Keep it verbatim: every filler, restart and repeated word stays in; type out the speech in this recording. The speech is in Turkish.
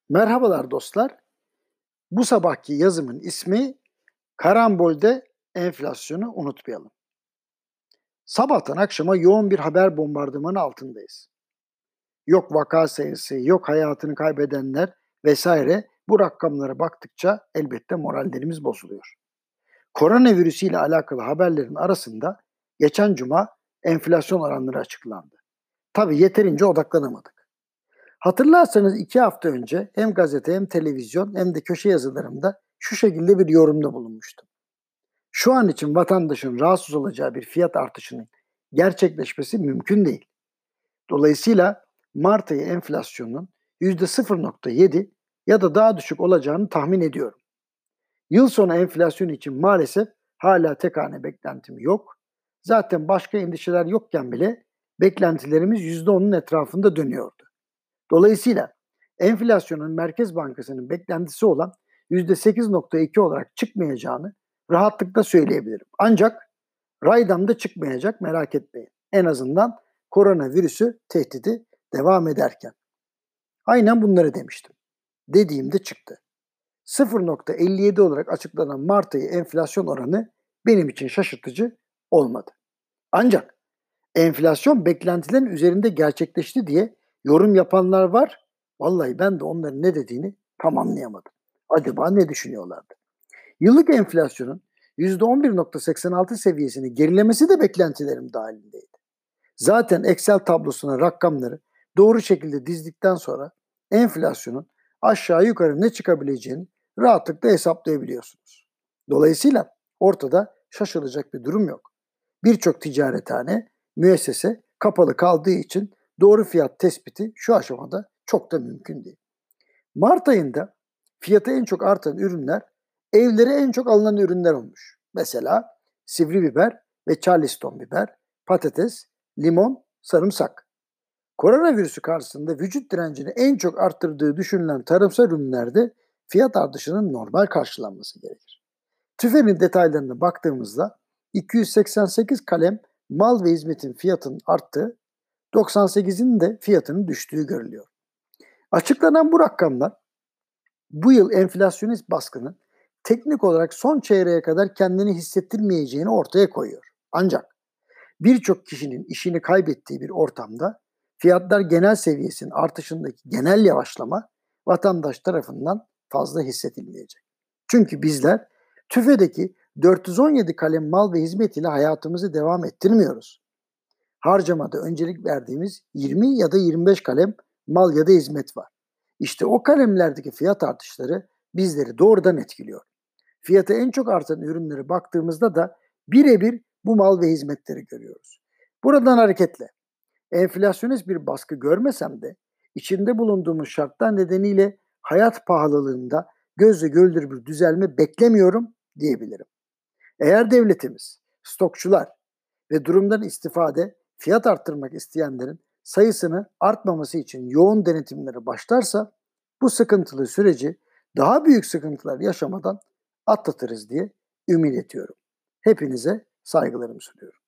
Merhabalar dostlar. Bu sabahki yazımın ismi Karambol'de enflasyonu unutmayalım. Sabahtan akşama yoğun bir haber bombardımanı altındayız. Yok vaka sayısı, yok hayatını kaybedenler vesaire, bu rakamlara baktıkça elbette morallerimiz bozuluyor. Koronavirüsü ile alakalı haberlerin arasında geçen cuma enflasyon oranları açıklandı. Tabii yeterince odaklanamadık. Hatırlarsanız iki hafta önce hem gazete hem televizyon hem de köşe yazılarımda şu şekilde bir yorumda bulunmuştum. Şu an için vatandaşın rahatsız olacağı bir fiyat artışının gerçekleşmesi mümkün değil. Dolayısıyla Mart ayı enflasyonunun yüzde sıfır virgül yedi ya da daha düşük olacağını tahmin ediyorum. Yıl sonu enflasyonu için maalesef hala tek hane beklentim yok. Zaten başka endişeler yokken bile beklentilerimiz yüzde onun etrafında dönüyordu. Dolayısıyla enflasyonun Merkez Bankası'nın beklentisi olan yüzde sekiz virgül iki olarak çıkmayacağını rahatlıkla söyleyebilirim. Ancak raydam da çıkmayacak, merak etmeyin. En azından koronavirüsü tehdidi devam ederken. Aynen bunları demiştim. Dediğimde çıktı. sıfır virgül elli yedi olarak açıklanan Mart ayı enflasyon oranı benim için şaşırtıcı olmadı. Ancak enflasyon beklentilerin üzerinde gerçekleşti diye yorum yapanlar var. Vallahi ben de onların ne dediğini tam anlayamadım. Acaba ne düşünüyorlardı? Yıllık enflasyonun yüzde on bir virgül seksen altı seviyesini gerilemesi de beklentilerim dahilindeydi. Zaten Excel tablosuna rakamları doğru şekilde dizdikten sonra enflasyonun aşağı yukarı ne çıkabileceğini rahatlıkla hesaplayabiliyorsunuz. Dolayısıyla ortada şaşılacak bir durum yok. Birçok ticarethane, müessese kapalı kaldığı için doğru fiyat tespiti şu aşamada çok da mümkün değil. Mart ayında fiyatı en çok artan ürünler, evlere en çok alınan ürünler olmuş. Mesela sivri biber ve Charleston biber, patates, limon, sarımsak. Koronavirüsü karşısında vücut direncini en çok arttırdığı düşünülen tarımsal ürünlerde fiyat artışının normal karşılanması gerekir. TÜFE'nin detaylarına baktığımızda iki yüz seksen sekiz kalem mal ve hizmetin fiyatının arttığı, doksan sekizinin de fiyatının düştüğü görülüyor. Açıklanan bu rakamlar bu yıl enflasyonist baskının teknik olarak son çeyreğe kadar kendini hissettirmeyeceğini ortaya koyuyor. Ancak birçok kişinin işini kaybettiği bir ortamda fiyatlar genel seviyesinin artışındaki genel yavaşlama vatandaş tarafından fazla hissedilmeyecek. Çünkü bizler TÜFE'deki dört yüz on yedi kalem mal ve hizmet ile hayatımızı devam ettirmiyoruz. Harcamada öncelik verdiğimiz yirmi ya da yirmi beş kalem mal ya da hizmet var. İşte o kalemlerdeki fiyat artışları bizleri doğrudan etkiliyor. Fiyatı en çok artan ürünlere baktığımızda da birebir bu mal ve hizmetleri görüyoruz. Buradan hareketle enflasyonist bir baskı görmesem de içinde bulunduğumuz şartlar nedeniyle hayat pahalılığında gözle görülür bir düzelme beklemiyorum diyebilirim. Eğer devletimiz, stokçular ve durumdan istifade fiyat arttırmak isteyenlerin sayısını artmaması için yoğun denetimlere başlarsa bu sıkıntılı süreci daha büyük sıkıntılar yaşamadan atlatırız diye ümit ediyorum. Hepinize saygılarımı sunuyorum.